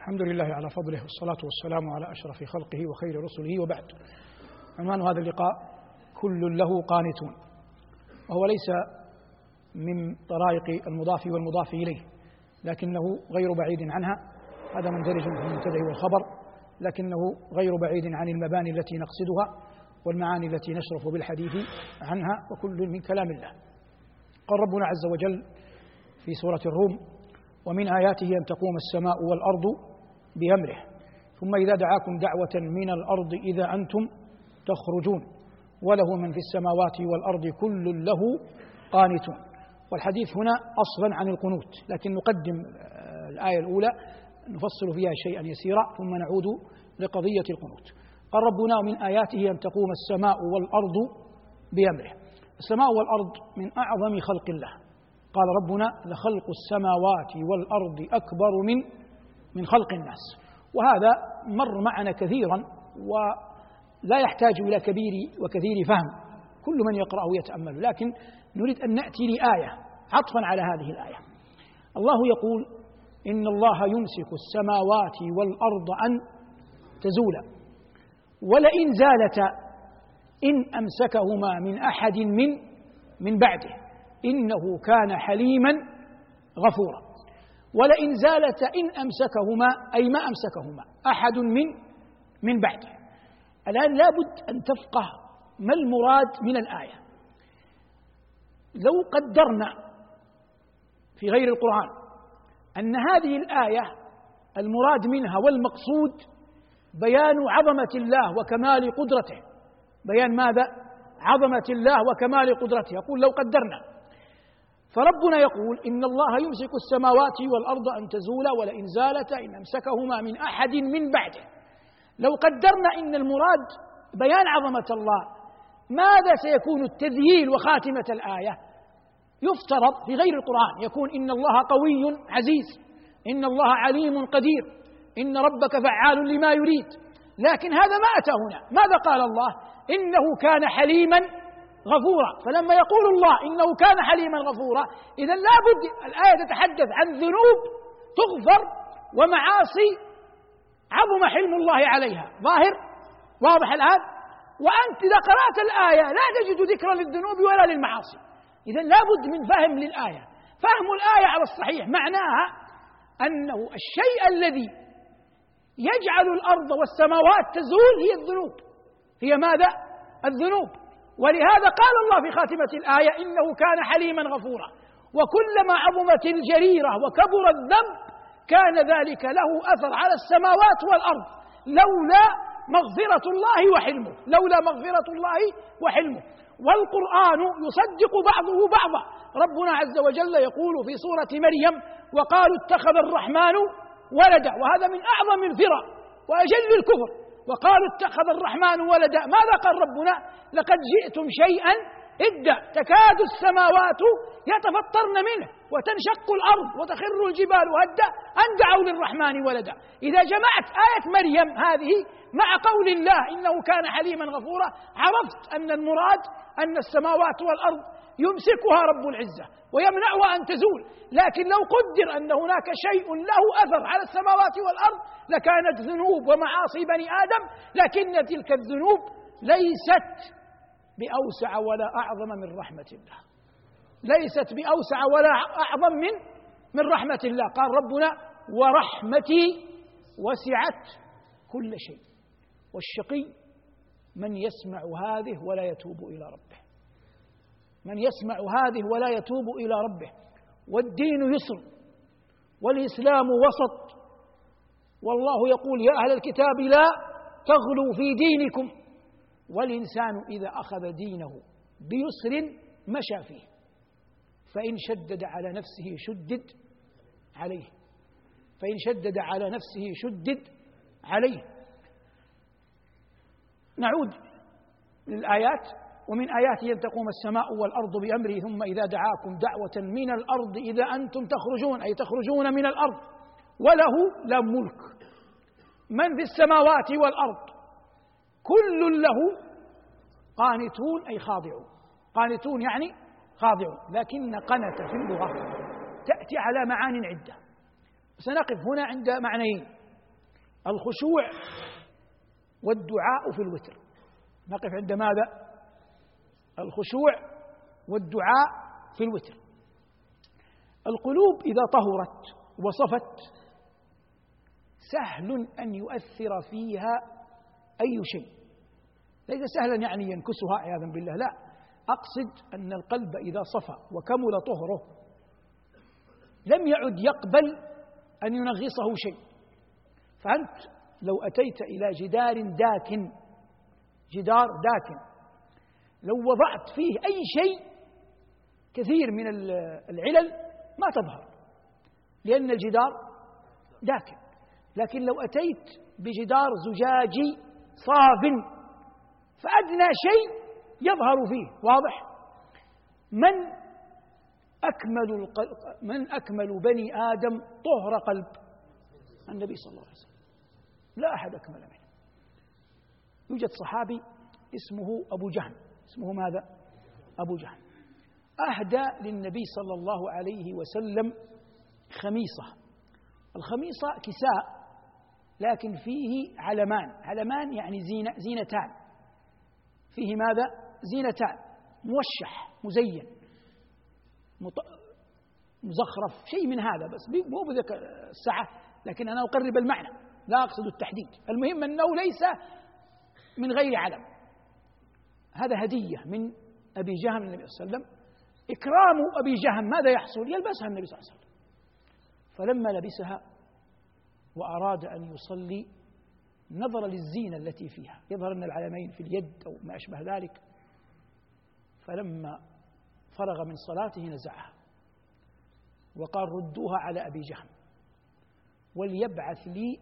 الحمد لله على فضله والصلاة والسلام على أشرف خلقه وخير رسله، وبعد. عنوان هذا اللقاء: كل له قانتون. وهو ليس من طرائق المضاف والمضاف إليه، لكنه غير بعيد عنها. هذا مندرج في المبتدأ والخبر، لكنه غير بعيد عن المباني التي نقصدها والمعاني التي نشرف بالحديث عنها، وكل من كلام الله. قال ربنا عز وجل في سورة الروم: ومن آياته أن تقوم السماء والأرض بأمره ثم إذا دعاكم دعوة من الأرض إذا أنتم تخرجون وله من في السماوات والأرض كل له قانتون. والحديث هنا أصلا عن القنوت، لكن نقدم الآية الأولى نفصل فيها شيئا يسيرا ثم نعود لقضية القنوت. قال ربنا: ومن آياته أن تقوم السماء والأرض بأمره. السماء والأرض من أعظم خلق الله. قال ربنا: لخلق السماوات والأرض أكبر من خلق الناس. وهذا مر معنا كثيرا ولا يحتاج إلى كثير فهم، كل من يقرأه يتأمل، لكن نريد أن نأتي لآية عطفا على هذه الآية. الله يقول: إن الله يمسك السماوات والأرض أن تزولا ولئن زالتا إن أمسكهما من أحد من بعده إنه كان حليما غفورا. ولئن زالتا إن أمسكهما أي ما أمسكهما أحد من بعده. الآن لابد أن تفقه ما المراد من الآية. لو قدرنا في غير القرآن أن هذه الآية المراد منها والمقصود بيان عظمة الله وكمال قدرته، بيان ماذا؟ عظمة الله وكمال قدرته. يقول لو قدرنا، فربنا يقول: إن الله يمسك السماوات والأرض أن تزولا ولئن زالتا إن أمسكهما من أحد من بعده. لو قدرنا إن المراد بيان عظمة الله، ماذا سيكون التذييل وخاتمة الآية؟ يفترض في غير القرآن يكون: إن الله قوي عزيز، إن الله عليم قدير، إن ربك فعال لما يريد. لكن هذا ما أتى هنا. ماذا قال الله؟ إنه كان حليما غفورا. فلما يقول الله إنه كان حليما غفورا، إذن لابد الآية تتحدث عن ذنوب تغفر ومعاصي عظم حلم الله عليها. واضح الآن؟ وأنت إذا قرأت الآية لا تجد ذكرا للذنوب ولا للمعاصي. إذن لابد من فهم للآية. فهم الآية على الصحيح معناها أنه الشيء الذي يجعل الأرض والسماوات تزول هي الذنوب. هي ماذا؟ الذنوب. ولهذا قال الله في خاتمة الآية: إنه كان حليما غفورا. وكلما عظمت الجريرة وكبر الذنب كان ذلك له أثر على السماوات والأرض، لولا مغفرة الله وحلمه. والقرآن يصدق بعضه بعضا. ربنا عز وجل يقول في سورة مريم: وقالوا اتخذ الرحمن ولدا. وهذا من أعظم الفرع وأجل الكفر. وقالوا اتخذ الرحمن ولدا. ماذا قال ربنا؟ لقد جئتم شيئا إدا تكاد السماوات يتفطرن منه وتنشق الأرض وتخر الجبال هدا أن دعوا للرحمن ولدا. إذا جمعت آية مريم هذه مع قول الله إنه كان حليما غفورا، عرفت أن المراد أن السماوات والأرض يمسكها رب العزة ويمنعها أن تزول. لكن لو قدر أن هناك شيء له أثر على السماوات والأرض لكانت ذنوب ومعاصي بني آدم، لكن تلك الذنوب ليست بأوسع ولا أعظم من رحمة الله. ليست بأوسع ولا أعظم من رحمة الله. قال ربنا: ورحمتي وسعت كل شيء. والشقي من يسمع هذه ولا يتوب إلى ربه. من يسمع هذه ولا يتوب إلى ربه. والدين يسر والإسلام وسط. والله يقول: يا أهل الكتاب لا تغلوا في دينكم. والإنسان إذا أخذ دينه بيسر مشى فيه، فإن شدد على نفسه شدد عليه. نعود للآيات. ومن آياته أن تقوم السماء والأرض بأمره ثم إذا دعاكم دعوة من الأرض إذا أنتم تخرجون أي تخرجون من الأرض. وله ملك من في السماوات والأرض كل له قانتون أي خاضعون. قانتون يعني خاضعون، لكن قنت في اللغة تأتي على معان عدة. سنقف هنا عند معنيين: الخشوع والدعاء في الوتر. نقف عند ماذا؟ الخشوع والدعاء في الوتر. القلوب إذا طهرت وصفت سهل أن يؤثر فيها أي شيء، ليس سهلا يعني ينكسها عياذا بالله، لا، أقصد أن القلب إذا صفى وكمل طهره لم يعد يقبل أن ينغصه شيء. فأنت لو أتيت إلى جدار داكن لو وضعت فيه أي شيء كثير من العلل ما تظهر لأن الجدار داكن. لكن لو أتيت بجدار زجاجي صاف فأدنى شيء يظهر فيه واضح. من أكمل بني آدم طهر قلب؟ النبي صلى الله عليه وسلم، لا أحد أكمل منه. يوجد صحابي اسمه أبو جهم، اسمه ماذا؟ أبو جهم، أهدى للنبي صلى الله عليه وسلم خميصة. الخميصة كساء لكن فيه علمان يعني زينتان، فيه ماذا؟ زينتان، موشح مزين مزخرف شيء من هذا، بس مو بذلك السعة، لكن أنا أقرب المعنى لا أقصد التحديد. المهم أنه ليس من غير علم. هذا هدية من أبي جهم للنبي صلى الله عليه وسلم. إكرام أبي جهم ماذا يحصل؟ يلبسها النبي صلى الله عليه وسلم. فلما لبسها وأراد أن يصلي نظر للزينة التي فيها، يظهر أن العلمين في اليد أو ما أشبه ذلك، فلما فرغ من صلاته نزعها وقال ردوها على أبي جهم وليبعث لي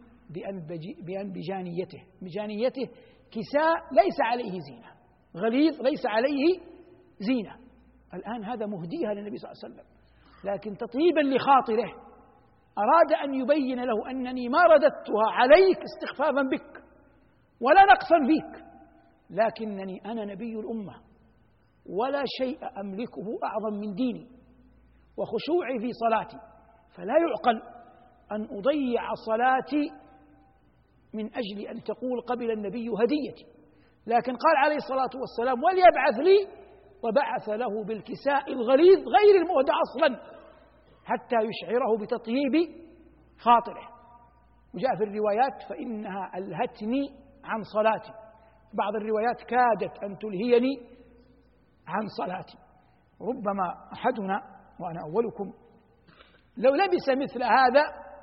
بجانيته كساء ليس عليه زينة، غليظ ليس عليه زينة. الآن هذا مهديها للنبي صلى الله عليه وسلم، لكن تطيبا لخاطره أراد أن يبين له أنني ما رددتها عليك استخفافا بك ولا نقصا فيك، لكنني أنا نبي الأمة ولا شيء أملكه أعظم من ديني وخشوعي في صلاتي، فلا يعقل أن أضيع صلاتي من أجل أن تقول قبل النبي هديتي. لكن قال عليه الصلاة والسلام وليبعث لي، وبعث له بالكساء الغليظ غير المهدى أصلا حتى يشعره بتطييب خاطره. وجاء في الروايات فإنها ألهتني عن صلاتي، بعض الروايات كادت أن تلهيني عن صلاتي. ربما أحدنا وأنا أولكم لو لبس مثل هذا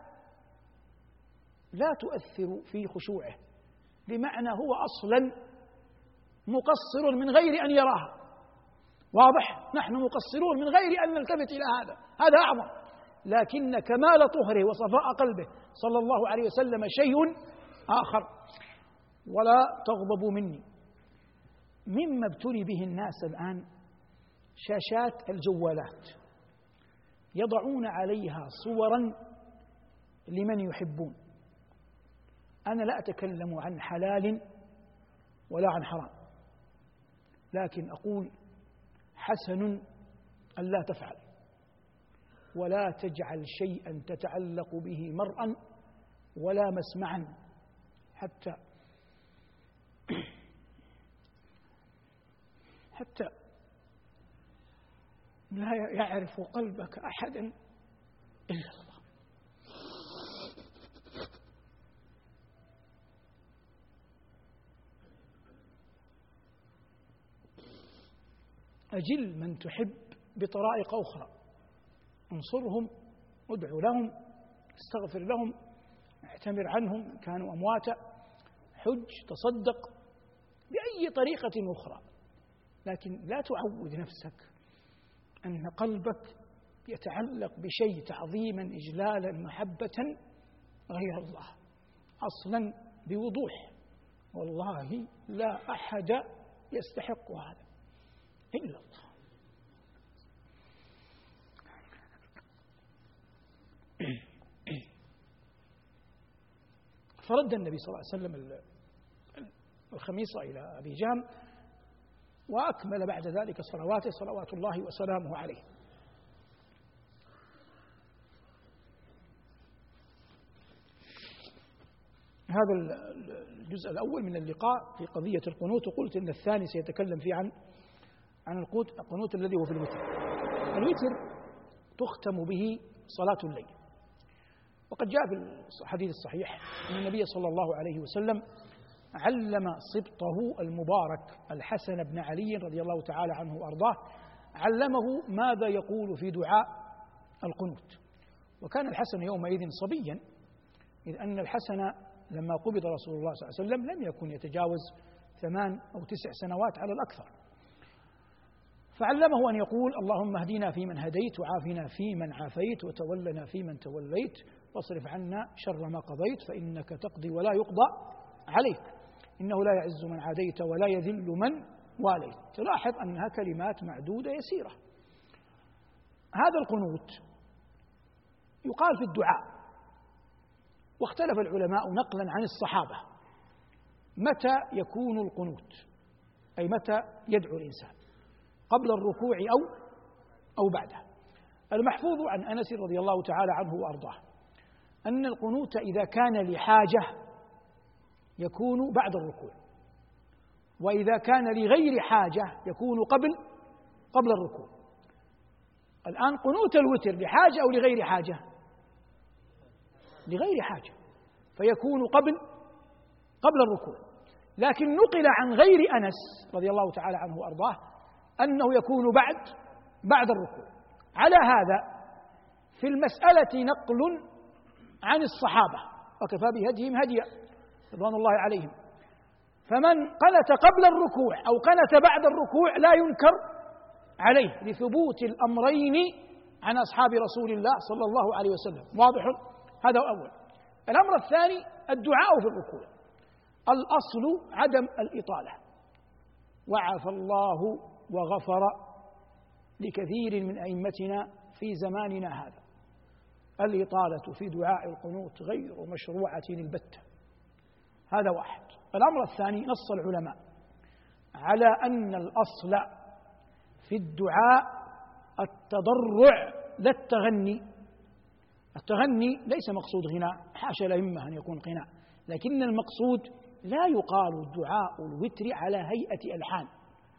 لا تؤثر في خشوعه، بمعنى هو أصلا مقصر من غير أن يراها، واضح؟ نحن مقصرون من غير أن نلتفت إلى هذا أعظم. لكن كمال طهره وصفاء قلبه صلى الله عليه وسلم شيء آخر. ولا تغضبوا مني. مما ابتلي به الناس الآن شاشات الجوالات يضعون عليها صورا لمن يحبون. أنا لا أتكلم عن حلال ولا عن حرام، لكن أقول حسن أن لا تفعل، ولا تجعل شيئا تتعلق به مرءا ولا مسمعا حتى لا يعرف قلبك أحدا إلا الله. أجل من تحب بطرائق أخرى، انصرهم، ادعو لهم، استغفر لهم، اعتمر عنهم إن كانوا أمواتا، حج، تصدق بأي طريقة أخرى، لكن لا تعود نفسك أن قلبك يتعلق بشيء تعظيما إجلالا محبة غير الله. أصلا بوضوح والله لا أحد يستحق هذا إلا الله. فرد النبي صلى الله عليه وسلم الخميصة إلى أبي جهم وأكمل بعد ذلك صلواته صلوات الله وسلامه عليه. هذا الجزء الأول من اللقاء في قضية القنوت، وقلت أن الثاني سيتكلم فيه عن القنوت الذي هو في الوتر. الوتر تختم به صلاة الليل، وقد جاء في الحديث الصحيح أن النبي صلى الله عليه وسلم علم سبطه المبارك الحسن بن علي رضي الله تعالى عنه وأرضاه، علمه ماذا يقول في دعاء القنوت. وكان الحسن يومئذ صبيا، إذ أن الحسن لما قبض رسول الله صلى الله عليه وسلم لم يكن يتجاوز 8 أو 9 سنوات على الأكثر، فعلمه أن يقول: اللهم اهدنا فيمن هديت، وعافنا فيمن عافيت، وتولنا فيمن توليت، واصرف عنا شر ما قضيت، فإنك تقضي ولا يقضى عليك، إنه لا يعز من عاديت ولا يذل من واليت. تلاحظ أنها كلمات معدودة يسيرة. هذا القنوت يقال في الدعاء، واختلف العلماء نقلا عن الصحابة متى يكون القنوت، أي متى يدعو الإنسان، قبل الركوع أو بعده. المحفوظ عن أنس رضي الله تعالى عنه وأرضاه أن القنوت إذا كان لحاجة يكون بعد الركوع، وإذا كان لغير حاجة يكون قبل الركوع. الآن قنوت الوتر لحاجة أو لغير حاجة؟ لغير حاجة، فيكون قبل الركوع. لكن نقل عن غير أنس رضي الله تعالى عنه وأرضاه أنه يكون بعد الركوع. على هذا في المسألة نقل عن الصحابة، وكفى بهديهم هديا رضوان الله عليهم، فمن قنت قبل الركوع أو قنت بعد الركوع لا ينكر عليه، لثبوت الأمرين عن أصحاب رسول الله صلى الله عليه وسلم. واضح؟ هذا أول. الأمر الثاني الدعاء في الركوع. الأصل عدم الإطالة، وعفى الله وغفر لكثير من أئمتنا في زماننا هذا. الإطالة في دعاء القنوت غير مشروعة البتة. هذا واحد. الأمر الثاني نص العلماء على أن الأصل في الدعاء التضرع لا التغني. التغني ليس مقصود غناء، حاشا الأئمة أن يكون غناء، لكن المقصود لا يقال دعاء الوتر على هيئة ألحان،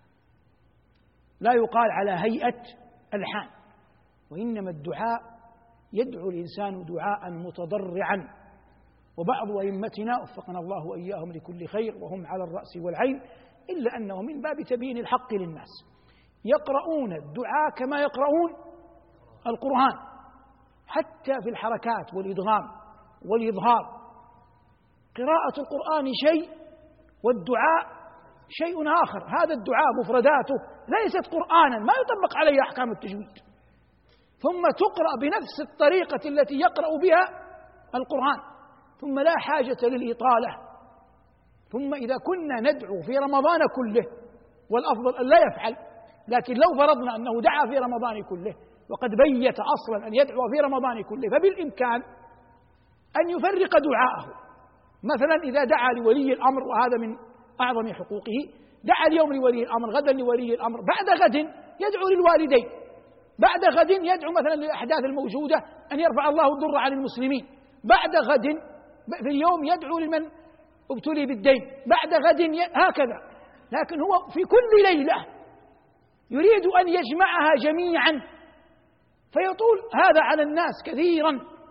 لا يقال على هيئة ألحان، وإنما الدعاء يدعو الإنسان دعاء متضرعا. وبعض أئمتنا وفقنا الله وإياهم لكل خير وهم على الرأس والعين، إلا أنه من باب تبيين الحق للناس يقرؤون الدعاء كما يقرؤون القرآن، حتى في الحركات والإدغام والإظهار. قراءة القرآن شيء والدعاء شيء آخر. هذا الدعاء مفرداته ليست قرآنا، ما يطبق عليه أحكام التجويد، ثم تقرأ بنفس الطريقة التي يقرأ بها القرآن، ثم لا حاجة للإطالة. ثم إذا كنا ندعو في رمضان كله، والأفضل أن لا يفعل، لكن لو فرضنا أنه دعا في رمضان كله وقد بيت أصلا أن يدعو في رمضان كله، فبالإمكان أن يفرق دعاءه. مثلا إذا دعا لولي الأمر، وهذا من أعظم حقوقه، دعا اليوم لولي الأمر، غدا لولي الأمر، بعد غد يدعو للوالدين، بعد غد يدعو مثلا للأحداث الموجودة أن يرفع الله الضر عن المسلمين، بعد غد في اليوم يدعو لمن ابتلي بالدين، بعد غد هكذا. لكن هو في كل ليلة يريد أن يجمعها جميعا، فيطول هذا على الناس كثيرا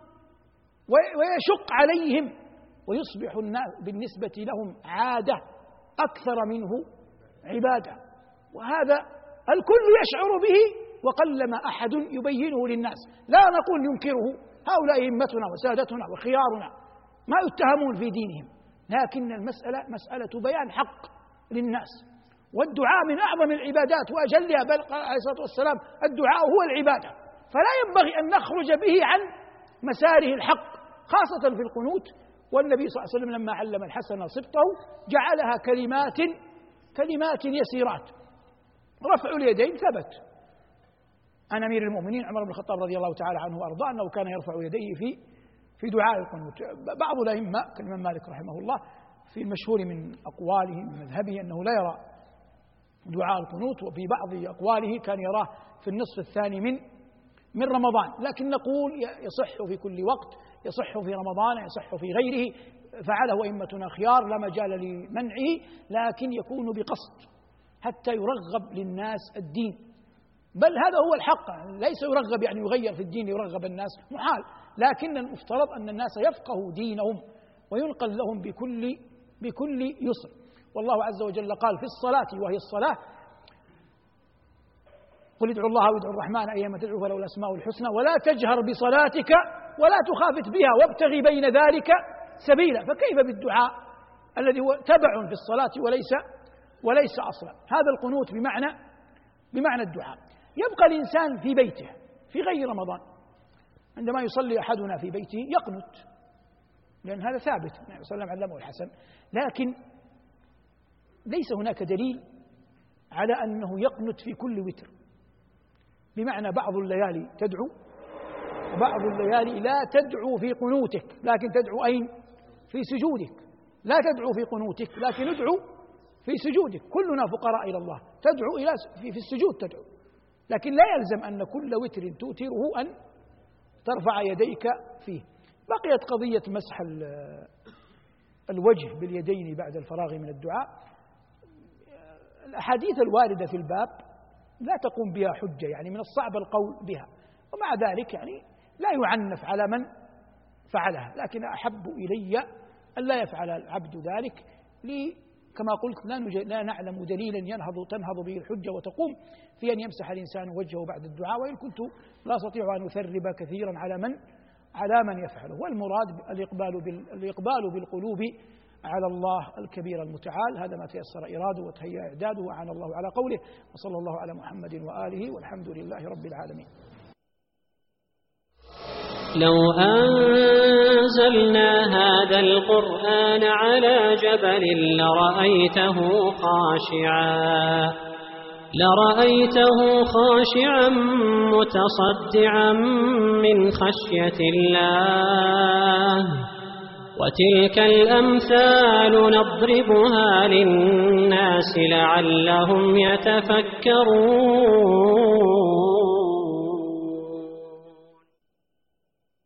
ويشق عليهم، ويصبح الناس بالنسبة لهم عادة أكثر منه عبادة. وهذا الكل يشعر به، وقلما أحد يبينه للناس. لا نقول ينكره، هؤلاء أئمتنا وسادتنا وخيارنا ما يتهمون في دينهم، لكن المسألة مسألة بيان حق للناس. والدعاء من أعظم العبادات وأجلها، بل قال عليه الصلاة والسلام الدعاء هو العبادة، فلا ينبغي أن نخرج به عن مساره الحق، خاصة في القنوت. والنبي صلى الله عليه وسلم لما علم الحسن سبطه جعلها كلمات يسيرات. رفع اليدين ثبت عن أمير المؤمنين عمر بن الخطاب رضي الله تعالى عنه وأرضاه أنه كان يرفع يديه في دعاء القنوت. بعض الأئمة كالإمام مالك رحمه الله في المشهور من أقواله من مذهبه أنه لا يرى دعاء القنوت، وفي بعض أقواله كان يراه في النصف الثاني من رمضان. لكن نقول يصح في كل وقت، يصح في رمضان يصح في غيره، فعله أئمتنا خيار لا مجال لمنعه، لكن يكون بقصد حتى يرغب للناس الدين، بل هذا هو الحق، ليس يرغب يعني يغير في الدين يرغب الناس، محال، لكن المفترض أن الناس يفقهوا دينهم وينقل لهم بكل يسر. والله عز وجل قال في الصلاة وهي الصلاة: قل ادعوا الله وادعوا الرحمن أيما تدعوا فله الأسماء الحسنى ولا تجهر بصلاتك ولا تخافت بها وابتغي بين ذلك سبيلا. فكيف بالدعاء الذي هو تبع في الصلاة وليس أصلا؟ هذا القنوت بمعنى الدعاء. يبقى الإنسان في بيته في غير رمضان، عندما يصلي أحدنا في بيته يقنت، لأن هذا ثابت، النبي صلى الله عليه وسلم علمه الحسن، لكن ليس هناك دليل على أنه يقنت في كل وتر، بمعنى بعض الليالي تدعو وبعض الليالي لا تدعو في قنوتك، لكن تدعو أين؟ في سجودك. لا تدعو في قنوتك لكن ادعو في سجودك. كلنا فقراء إلى الله، تدعو في السجود تدعو، لكن لا يلزم أن كل وتر توتره أن ترفع يديك فيه. بقيت قضية مسح الوجه باليدين بعد الفراغ من الدعاء. الأحاديث الواردة في الباب لا تقوم بها حجة، يعني من الصعب القول بها، ومع ذلك يعني لا يعنف على من فعلها، لكن أحب إلي أن لا يفعل العبد ذلك، كما قلت لا نعلم دليلا تنهض به الحجة وتقوم في أن يمسح الإنسان وجهه بعد الدعاء، وإن كنت لا أستطيع أن أثرب كثيرا على من يفعله. والمراد الإقبال بالقلوب على الله الكبير المتعال. هذا ما تيسر إراده وتهيأ إعداده، وعان الله على قوله، وصلى الله على محمد وآله، والحمد لله رب العالمين. لو أنزلنا هذا القرآن على جبل لرأيته خاشعا متصدعا من خشية الله. وتلك الأمثال نضربها للناس لعلهم يتفكرون.